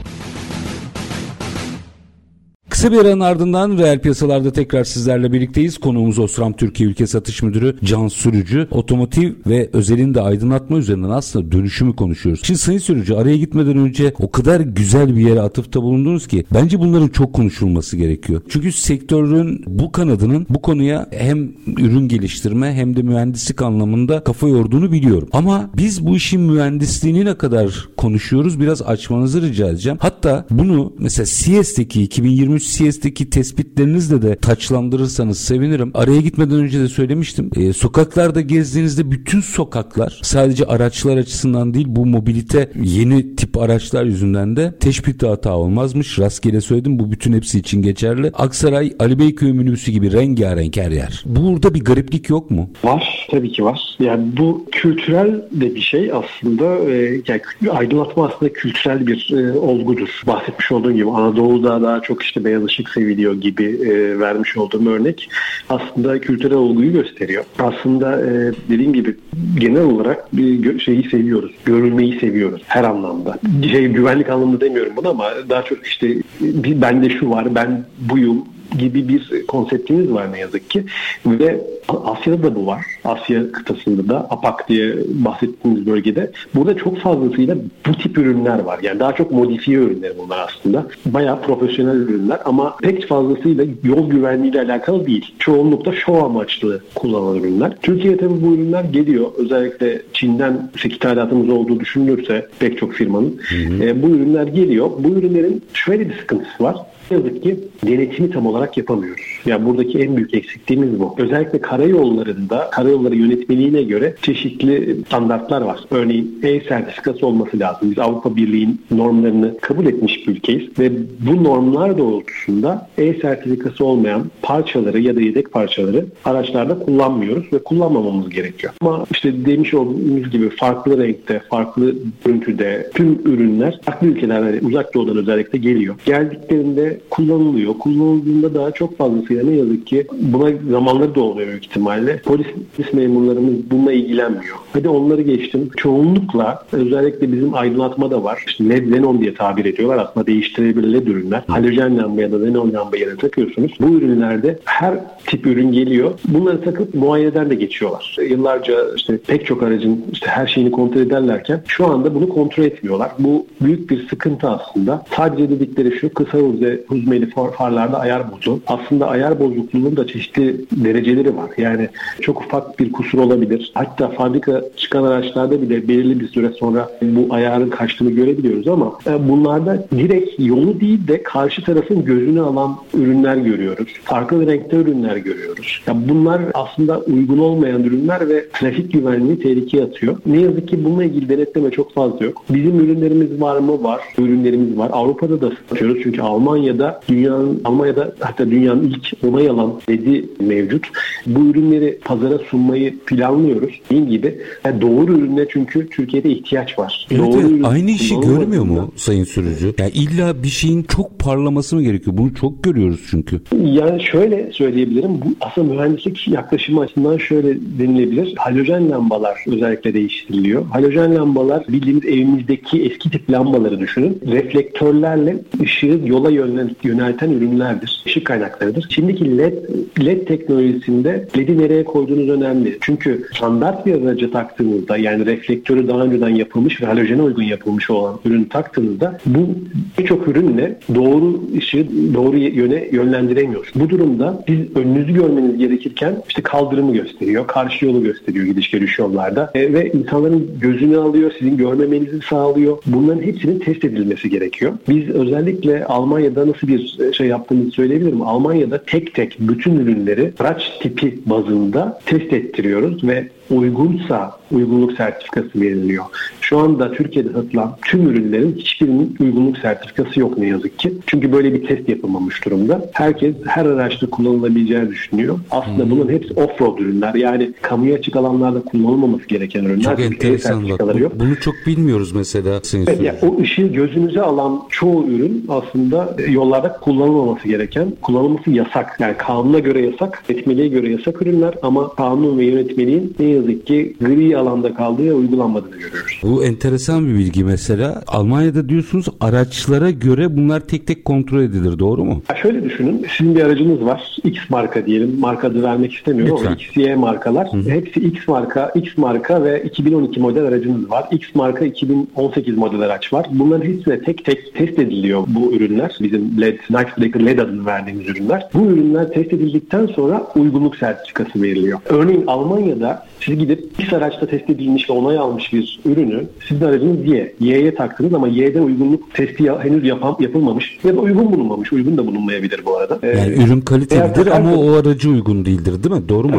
Kısa bir aranın ardından reel piyasalarda tekrar sizlerle birlikteyiz. Konuğumuz Osram Türkiye Ülke Satış Müdürü Can Sürücü. Otomotiv ve özelinde aydınlatma üzerinden aslında dönüşümü konuşuyoruz. Şimdi Sayın Sürücü araya gitmeden önce o kadar güzel bir yere atıfta bulundunuz ki bence bunların çok konuşulması gerekiyor. Çünkü sektörün bu kanadının bu konuya hem ürün geliştirme hem de mühendislik anlamında kafa yorduğunu biliyorum. Ama biz bu işin mühendisliğini ne kadar konuşuyoruz biraz açmanızı rica edeceğim. Hatta bunu mesela CES'teki 2023 CES'teki tespitlerinizle de taçlandırırsanız sevinirim. Araya gitmeden önce de söylemiştim. Sokaklarda gezdiğinizde bütün sokaklar sadece araçlar açısından değil bu mobilite yeni tip araçlar yüzünden de teşbihte hata olmazmış. Rastgele söyledim. Bu bütün hepsi için geçerli. Aksaray, Ali Beyköy minibüsü gibi rengarenk her yer. Burada bir gariplik yok mu? Var. Tabii ki var. Yani bu kültürel de bir şey aslında. Yani aydınlatma aslında kültürel bir olgudur. Bahsetmiş olduğum gibi Anadolu'da daha çok işte beyaz ışık seviliyor gibi vermiş olduğum örnek aslında kültürel olguyu gösteriyor. Aslında dediğim gibi genel olarak bir şeyi seviyoruz. Görülmeyi seviyoruz her anlamda. Güvenlik anlamında demiyorum bunu ama daha çok işte bende şu var, ben buyum gibi bir konseptimiz var ne yazık ki. Ve Asya'da da bu var. Asya kıtasında da APAK diye bahsettiğimiz bölgede. Burada çok fazlasıyla bu tip ürünler var. Yani daha çok modifiye ürünler bunlar aslında. Bayağı profesyonel ürünler ama pek fazlasıyla yol güvenliğiyle alakalı değil. Çoğunlukla şov amaçlı kullanılan ürünler. Türkiye'ye tabii bu ürünler geliyor. Özellikle Çin'den ithalatımız olduğu düşünülürse pek çok firmanın bu ürünler geliyor. Bu ürünlerin şöyle bir sıkıntısı var. Ne yazık ki denetimi tam olarak yapamıyoruz. Yani buradaki en büyük eksikliğimiz bu. Özellikle karayollarında, karayolları yönetmeliğine göre çeşitli standartlar var. Örneğin E-sertifikası olması lazım. Biz Avrupa Birliği'nin normlarını kabul etmiş bir ülkeyiz ve bu normlar doğrultusunda E-sertifikası olmayan parçaları ya da yedek parçaları araçlarda kullanmıyoruz ve kullanmamamız gerekiyor. Ama işte demiş olduğumuz gibi farklı renkte, farklı görüntüde tüm ürünler farklı ülkelerden, uzak doğudan özellikle geliyor. Geldiklerinde kullanılıyor. Kullanıldığında daha çok fazlasıyla ne yazık ki buna zamanları da oluyor büyük ihtimalle. Polis memurlarımız bununla ilgilenmiyor. Hadi onları geçtim. Çoğunlukla özellikle bizim aydınlatmada var. İşte LED xenon diye tabir ediyorlar. Aslında değiştirebilir LED ürünler. Halojen lamba ya da xenon lamba yerine takıyorsunuz. Bu ürünlerde her tip ürün geliyor. Bunları takıp muayeneden de geçiyorlar. Yıllarca işte pek çok aracın işte her şeyini kontrol ederlerken şu anda bunu kontrol etmiyorlar. Bu büyük bir sıkıntı aslında. Sadece dedikleri şu kısa huzmeli farlarda ayar bozukluğu. Aslında ayar bozukluğunun da çeşitli dereceleri var. Yani çok ufak bir kusur olabilir. Hatta fabrika çıkan araçlarda bile belirli bir süre sonra bu ayarın kaçtığını görebiliyoruz ama bunlarda direkt yolu değil de karşı tarafın gözünü alan ürünler görüyoruz. Farklı renkte ürünler görüyoruz. Ya bunlar aslında uygun olmayan ürünler ve trafik güvenliğini tehlikeye atıyor. Ne yazık ki bununla ilgili denetleme çok fazla yok. Bizim ürünlerimiz var mı? Var. Ürünlerimiz var. Avrupa'da da satıyoruz çünkü Almanya'da Almanya'da hatta dünyanın ilk onay alan LED'i mevcut. Bu ürünleri pazara sunmayı planlıyoruz. Dediğim gibi doğru ürüne çünkü Türkiye'de ihtiyaç var. Evet, doğru ürün aynı işi görmüyor mu sayın sürücü? Yani illa bir şeyin çok parlaması mı gerekiyor? Bunu çok görüyoruz çünkü. Yani şöyle söyleyebilirim. Bu aslında mühendislik yaklaşımı açısından şöyle denilebilir. Halojen lambalar özellikle değiştiriliyor. Halojen lambalar bildiğimiz evimizdeki eski tip lambaları düşünün. Reflektörlerle ışığı yola yönelten ürünlerdir. Işık kaynaklarıdır. Şimdiki LED teknolojisinde LED'i nereye koyduğunuz önemli. Çünkü standart bir araca taktığınızda, yani reflektörü daha önceden yapılmış ve halojene uygun yapılmış olan ürünü taktığınızda bu birçok ürünle doğru ışığı doğru yöne yönlendiremiyor. Bu durumda siz önünüzü görmeniz gerekirken işte kaldırımı gösteriyor, karşı yolu gösteriyor gidiş geliş yollarda ve insanların gözünü alıyor, sizin görmemenizi sağlıyor. Bunların hepsinin test edilmesi gerekiyor. Biz özellikle Almanya'da nasıl bir şey yaptığımızı söyleyebilirim. Almanya'da tek tek bütün ürünleri araç tipi bazında test ettiriyoruz ve uygunsa uygunluk sertifikası veriliyor. Şu anda Türkiye'de satılan tüm ürünlerin hiçbirinin uygunluk sertifikası yok ne yazık ki. Çünkü böyle bir test yapılmamış durumda. Herkes her araçta kullanılabileceğini düşünüyor. Aslında bunun hepsi off-road ürünler. Yani kamuya açık alanlarda kullanılmaması gereken ürünler. Çok enteresan bak. Bunu çok bilmiyoruz mesela. Evet, yani o ışığı gözünüze alan çoğu ürün aslında yollarda kullanılmaması gereken, kullanılması yasak. Yani kanuna göre yasak, yönetmeliğe göre yasak ürünler ama kanun ve yönetmeliğin ne yazık ki gri alanda kaldığı ve uygulanmadığını görüyoruz. Bu enteresan bir bilgi mesela. Almanya'da diyorsunuz araçlara göre bunlar tek tek kontrol edilir, doğru mu? Şöyle düşünün. Sizin bir aracınız var. X marka diyelim. Marka adı vermek istemiyorum ama X, Y markalar. Hepsi X marka ve 2012 model aracınız var. X marka 2018 model araç var. Bunların hepsine tek tek test ediliyor bu ürünler. Bizim Night Breaker LED adını verdiğimiz ürünler. Bu ürünler test edildikten sonra uygunluk sertifikası veriliyor. Örneğin Almanya'da siz gidip X araçta test edilmiş ve onay almış bir ürünü, sizin aracınız Y'ye taktınız ama Y'de uygunluk testi henüz yapılmamış ya da uygun bulunmamış. Uygun da bulunmayabilir bu arada. Yani ürün kalitelidir ama o aracı uygun değildir, değil mi? Doğru mu?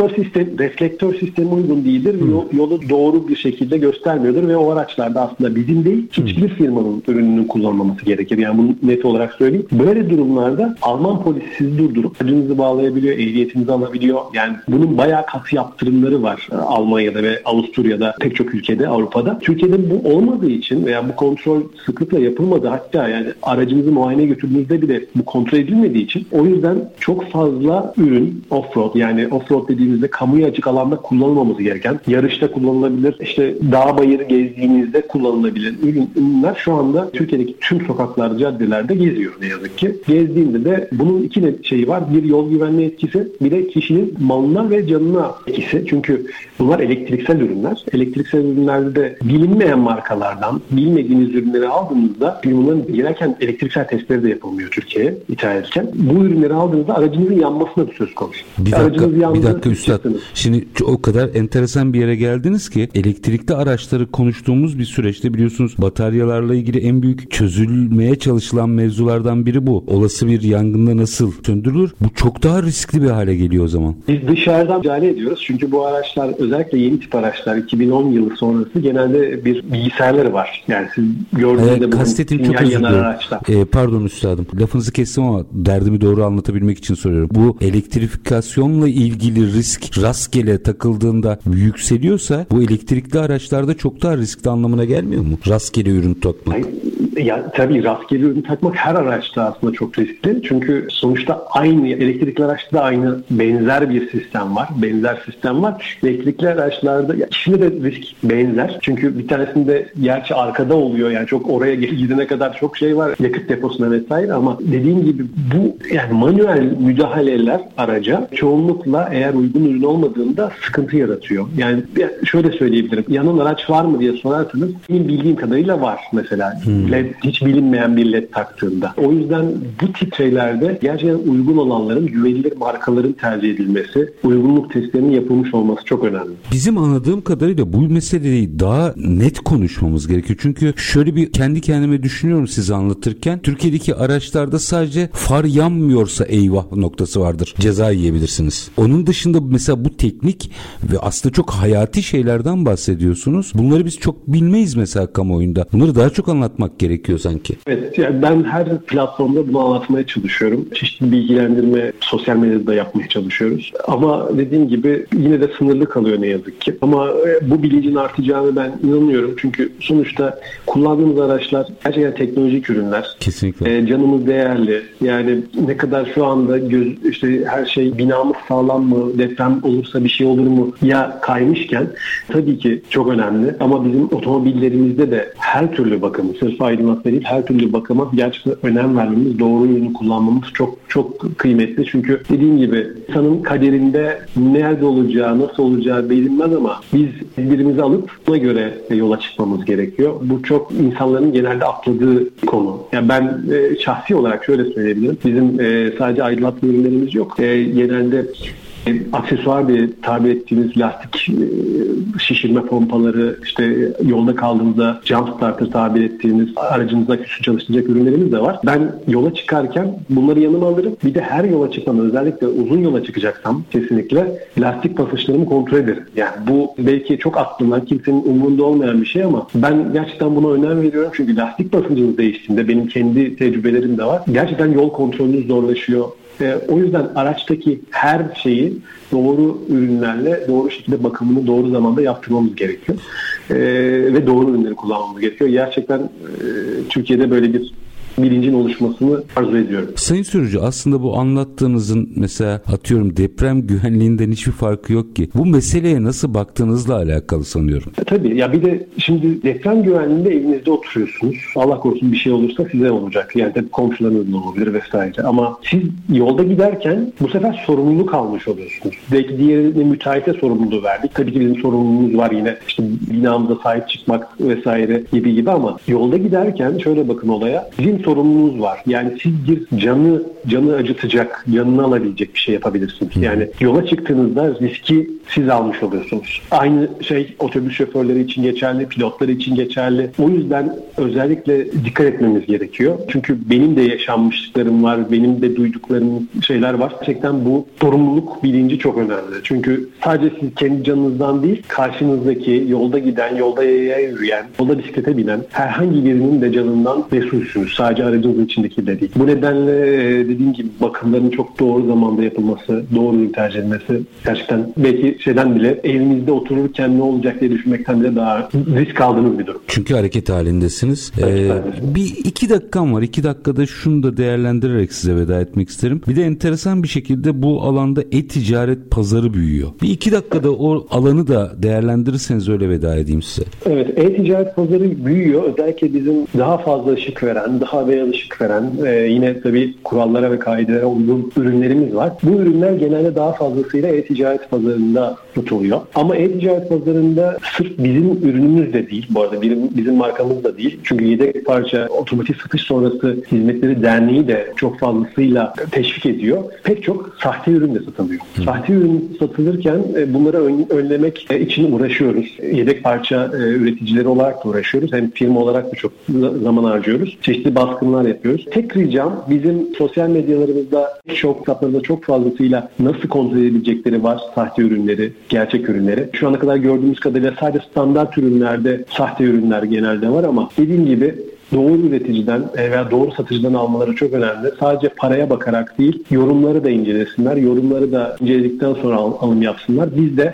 Reflektör sistemi uygun değildir. Yolu doğru bir şekilde göstermiyordur ve o araçlarda aslında bizim değil, hiçbir firmanın ürününün kullanılmaması gerekir. Yani bunu net olarak söyleyeyim. Böyle durumlarda Alman polisi sizi durdurup aracınızı bağlayabiliyor, ehliyetinizi alabiliyor. Yani bunun bayağı katı yaptırımları var Almanya'da ve Avusturya'da, pek çok ülkede, Avrupa'da. Türkiye'de bu olmadığı için veya bu kontrol sıklıkla yapılmadı, hatta yani aracınızı muayeneye götürdüğünüzde bile bu kontrol edilmediği için o yüzden çok fazla ürün off-road, yani off-road dediğimizde kamuya açık alanda kullanılmaması gereken, yarışta kullanılabilir, işte dağ bayırı gezdiğinizde kullanılabilir ürünler şu anda Türkiye'deki tüm sokaklarda, caddelerde geziyor ne yazık ki. Gezdiğinde de bunun iki şeyi var. Bir, yol güvenliği etkisi, bir de kişinin malına ve canına etkisi. Çünkü bunlar elektriksel ürünler. Elektriksel ürünlerde de bilinmeyen markalardan bilmediğiniz ürünleri aldığınızda, bunların girerken elektriksel testleri de yapılmıyor Türkiye'ye ithal ederken. Bu ürünleri aldığınızda aracınızın yanmasına bir söz konusu. Bir dakika üstad. Şimdi o kadar enteresan bir yere geldiniz ki elektrikli araçları konuştuğumuz bir süreçte biliyorsunuz bataryalarla ilgili en büyük çözülmeye çalışılan mevzulardan biri bu. Olası bir yangında nasıl söndürülür? Bu çok daha riskli bir hale geliyor o zaman. Biz dışarıdan müdahale ediyoruz. Çünkü bu araçlar, özellikle yeni tip araçlar 2010 yılı sonrası genelde bir bilgisayarları var. Yani siz gördüğünüzde kastettiğim çok özür dilerim. Pardon üstadım. Lafınızı kestim ama derdimi doğru anlatabilmek için soruyorum. Bu elektrifikasyonla ilgili risk rastgele takıldığında yükseliyorsa bu elektrikli araçlarda çok daha riskli anlamına gelmiyor mu? Rastgele ürün takmak. Ya tabii rastgele ürün takmak her araçta aslında çok riskli. Çünkü sonuçta aynı elektrikli araçta da aynı benzer bir sistem var. Elektrikli araçlarda ikisinde de risk benzer. Çünkü bir tanesinde gerçi arkada oluyor. Yani çok oraya gidene kadar çok şey var. Yakıt deposuna vesaire ama dediğim gibi bu yani manuel müdahaleler araca çoğunlukla eğer uygun ürün olmadığında sıkıntı yaratıyor. Yani şöyle söyleyebilirim. Yanın araç var mı diye sorarsanız benim bildiğim kadarıyla var mesela. LED, hiç bilinmeyen bir LED taktığında. O yüzden bu tip şeylerde gerçekten uygun olanların, güvenilir markaların tercih edilmesi, uygunluk testlerinin yapılmış olması çok önemli. Bizim anladığım kadarıyla bu meseleyi daha net konuşmamız gerekiyor. Çünkü şöyle bir kendi kendime düşünüyorum size anlatırken. Türkiye'deki araçlarda sadece far yanmıyorsa eyvah noktası vardır. Ceza yiyebilirsiniz. Onun dışında mesela bu teknik ve aslında çok hayati şeylerden bahsediyorsunuz. Bunları biz çok bilmeyiz mesela kamuoyunda. Bunları daha çok anlatmak gerekiyor. gerekiyor sanki. Evet, yani ben her platformda bunu anlatmaya çalışıyorum. Çeşitli bilgilendirme sosyal medyada da yapmaya çalışıyoruz. Ama dediğim gibi yine de sınırlı kalıyor ne yazık ki. Ama bu bilincin artacağını ben inanıyorum. Çünkü sonuçta kullandığımız araçlar gerçekten teknolojik ürünler. Kesinlikle. Canımız değerli. Yani ne kadar şu anda her şey binamız sağlam mı, deprem olursa bir şey olur mu ya kaymışken tabii ki çok önemli. Ama bizim otomobillerimizde de her türlü bakımı, sırf aydınlatma değil, her türlü bakıma gerçekten önem vermemiz, doğru ürünü kullanmamız çok çok kıymetli. Çünkü dediğim gibi insanın kaderinde nerede olacağı, nasıl olacağı bilinmez ama biz birbirimizi alıp buna göre yola çıkmamız gerekiyor. Bu çok insanların genelde atladığı konu. Yani ben şahsi olarak şöyle söyleyebilirim. Bizim sadece aydınlatma ürünlerimiz yok. Genelde aksesuar diye tabir ettiğimiz lastik şişirme pompaları, işte yolda kaldığımızda jump starter tabir ettiğimiz aracımızda aküsü çalıştıracak ürünlerimiz de var. Ben yola çıkarken bunları yanıma alırım. Bir de her yola çıkmadan, özellikle uzun yola çıkacaksam kesinlikle lastik basınçlarımı kontrol ederim. Yani bu belki çok aklımdan, kimsenin umurunda olmayan bir şey ama ben gerçekten buna önem veriyorum. Çünkü lastik basıncınız değiştiğinde, benim kendi tecrübelerim de var. Gerçekten yol kontrolünüz zorlaşıyor. O yüzden araçtaki her şeyi doğru ürünlerle doğru şekilde bakımını doğru zamanda yaptırmamız gerekiyor. Ve doğru ürünleri kullanmamız gerekiyor. Gerçekten Türkiye'de böyle bir bilincin oluşmasını arzu ediyorum. Sayın Sürücü, aslında bu anlattığınızın mesela atıyorum deprem güvenliğinden hiçbir farkı yok ki. Bu meseleye nasıl baktığınızla alakalı sanıyorum. Tabii ya, bir de şimdi deprem güvenliğinde evinizde oturuyorsunuz. Allah korusun bir şey olursa size olacak. Yani tabii komşularınız da olabilir vesaire. Ama siz yolda giderken bu sefer sorumluluk almış oluyorsunuz. Belki diğerine müteahhite sorumluluğu verdik. Tabii ki bizim sorumluluğumuz var yine. İşte binamıza sahip çıkmak vesaire gibi ama yolda giderken şöyle bakın olaya. Bizim sorumluluğunuz var. Yani siz bir canı acıtacak, canını alabilecek bir şey yapabilirsiniz. Yani yola çıktığınızda riski siz almış oluyorsunuz. Aynı şey otobüs şoförleri için geçerli, pilotları için geçerli. O yüzden özellikle dikkat etmemiz gerekiyor. Çünkü benim de yaşanmışlıklarım var, benim de duyduklarım şeyler var. Gerçekten bu sorumluluk bilinci çok önemli. Çünkü sadece siz kendi canınızdan değil, karşınızdaki yolda giden, yolda yaya yürüyen, yolda bisiklete binen herhangi birinin de canından mesulsünüz. Sadece aracınızın içindeki de değil. Bu nedenle dediğim gibi bakımların çok doğru zamanda yapılması, doğru ürün tercih edilmesi gerçekten belki şeyden bile evimizde otururken ne olacak diye düşünmekten bile daha risk aldığınız bir durum. Çünkü hareket halindesiniz. Bir 2 dakikam var. 2 dakikada şunu da değerlendirerek size veda etmek isterim. Bir de enteresan bir şekilde bu alanda e-ticaret pazarı büyüyor. Bir 2 dakikada o alanı da değerlendirirseniz öyle veda edeyim size. Evet, e-ticaret pazarı büyüyor. Özellikle bizim daha fazla ışık veren, daha beyaz ışık veren, yine tabii kurallara ve kaidelere uygun ürünlerimiz var. Bu ürünler genelde daha fazlasıyla e-ticaret pazarında tutuluyor. Ama e-ticaret pazarında sırf bizim ürünümüz de değil, bu arada bizim markamız da değil. Çünkü yedek parça otomotiv satış sonrası hizmetleri derneği de çok fazlasıyla teşvik ediyor. Pek çok sahte ürün de satılıyor. Sahte ürün satılırken bunları önlemek için uğraşıyoruz. Yedek parça üreticileri olarak da uğraşıyoruz. Hem firma olarak da çok zaman harcıyoruz. Çeşitli baskınlar yapıyoruz. Tek ricam, bizim sosyal medyalarımızda, shop kitaplarında çok fazlasıyla nasıl kontrol edebilecekleri var sahte ürünleri, gerçek ürünleri. Şu ana kadar gördüğümüz kadarıyla sadece standart ürünlerde sahte ürünler genelde var ama dediğim gibi doğru üreticiden veya doğru satıcıdan almaları çok önemli. Sadece paraya bakarak değil, yorumları da incelesinler. Yorumları da inceledikten sonra alım yapsınlar. Biz de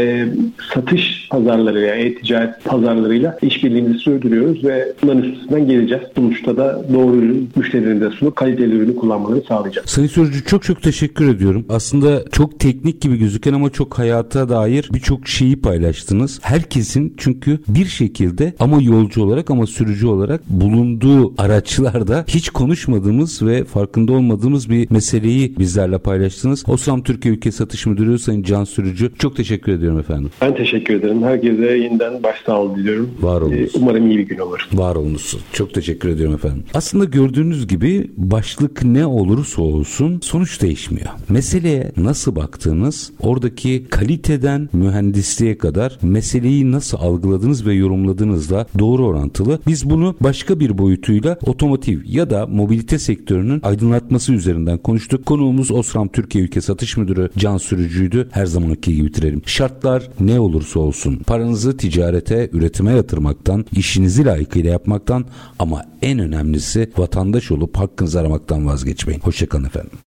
satış pazarları veya e-ticaret pazarlarıyla işbirliğimizi sürdürüyoruz ve bunların üstesinden geleceğiz. Sonuçta da doğru ürün müşterilerine sunup kaliteli ürünü kullanmalarını sağlayacağız. Sayın Sürücü, çok teşekkür ediyorum. Aslında çok teknik gibi gözüken ama çok hayata dair birçok şeyi paylaştınız. Herkesin çünkü bir şekilde ama yolcu olarak ama sürücü olarak bulunduğu araçlarda hiç konuşmadığımız ve farkında olmadığımız bir meseleyi bizlerle paylaştınız. Osram Türkiye Ülke Satış Müdürü Sayın Can Sürücü, çok teşekkür ediyorum efendim. Ben teşekkür ederim. Herkese yeniden başsağlığı diliyorum. Var olunuz. Umarım iyi bir gün olur. Var olunuz. Çok teşekkür ediyorum efendim. Aslında gördüğünüz gibi başlık ne olursa olsun sonuç değişmiyor. Meseleye nasıl baktığınız, oradaki kaliteden mühendisliğe kadar meseleyi nasıl algıladığınız ve yorumladığınızla doğru orantılı. Biz bunu başka başka bir boyutuyla otomotiv ya da mobilite sektörünün aydınlatması üzerinden konuştuk. Konuğumuz Osram Türkiye Ülke Satış Müdürü Can Sürücü'ydü. Her zamanki gibi bitirelim. Şartlar ne olursa olsun paranızı ticarete, üretime yatırmaktan, işinizi layıkıyla yapmaktan ama en önemlisi vatandaş olup hakkınızı aramaktan vazgeçmeyin. Hoşçakalın efendim.